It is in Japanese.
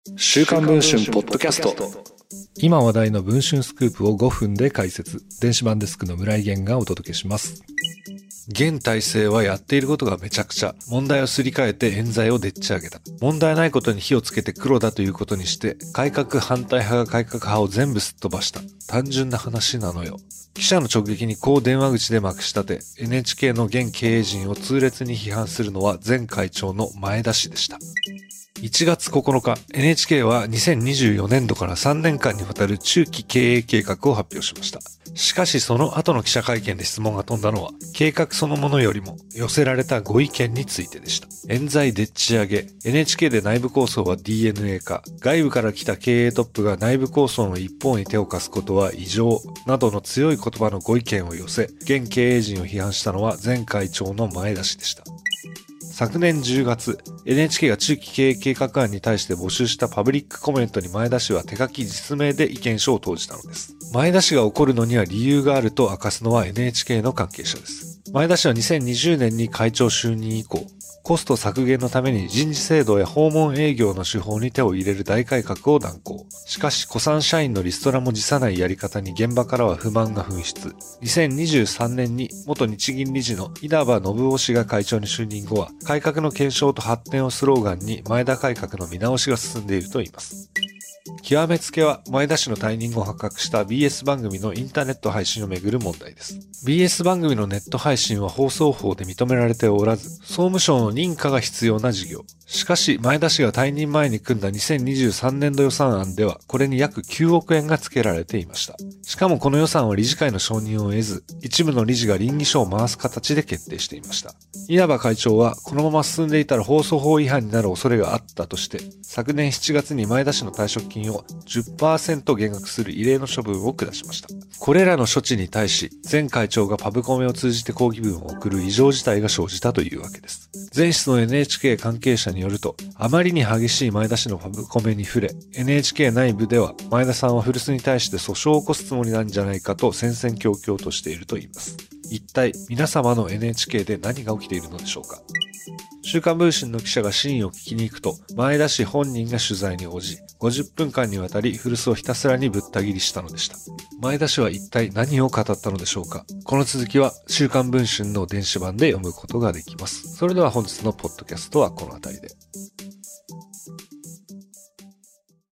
週刊文春ポッドキャスト。 今話題の文春スクープを5分で解説。電子版デスクの村井源がお届けします。現体制はやっていることがめちゃくちゃ。問題をすり替えて冤罪をでっち上げた。問題ないことに火をつけて黒だということにして、改革反対派が改革派を全部すっ飛ばした。単純な話なのよ。記者の直撃にこう電話口でまくし立て、NHK の現経営陣を痛烈に批判するのは前会長の前田氏でした。1月9日、NHK は2024年度から3年間にわたる中期経営計画を発表しました。しかしその後の記者会見で質問が飛んだのは、計画そのものよりも寄せられたご意見についてでした。冤罪でっち上げ、NHK で内部抗争は DNA 化、外部から来た経営トップが内部抗争の一方に手を貸すことは異常、などの強い言葉のご意見を寄せ、現経営陣を批判したのは前会長の前田氏でした。昨年10月、NHK が中期経営計画案に対して募集したパブリックコメントに前田氏は手書き実名で意見書を投じたのです。前田氏が怒るのには理由があると明かすのは NHK の関係者です。前田氏は2020年に会長就任以降、コスト削減のために人事制度や訪問営業の手法に手を入れる大改革を断行。しかし、古参社員のリストラも辞さないやり方に現場からは不満が噴出。2023年に元日銀理事の稲葉信夫氏が会長に就任後は、改革の検証と発展をスローガンに前田改革の見直しが進んでいるといいます。極めつけは前田氏の退任後発覚した BS 番組のインターネット配信をめぐる問題です。BS 番組のネット配信は放送法で認められておらず、総務省の認可が必要な事業。しかし前田氏が退任前に組んだ2023年度予算案では、これに約9億円が付けられていました。しかもこの予算は理事会の承認を得ず、一部の理事が稟議書を回す形で決定していました。稲葉会長は、このまま進んでいたら放送法違反になる恐れがあったとして、昨年7月に前田氏の退職金を 10% 減額する異例の処分を下しました。これらの処置に対し、前会長がパブコメを通じて抗議文を送る異常事態が生じたというわけです。前室の NHK 関係者によると、あまりに激しい前田氏のパブコメに触れ、NHK 内部では前田さんは古巣に対して訴訟を起こすつもりなんじゃないかと戦々恐々としているといいます。一体皆様の NHK で何が起きているのでしょうか。週刊文春の記者が真意を聞きに行くと、前田氏本人が取材に応じ、50分間にわたり古巣をひたすらにぶった切りしたのでした。前田氏は一体何を語ったのでしょうか。この続きは週刊文春の電子版で読むことができます。それでは本日のポッドキャストはこの辺りで。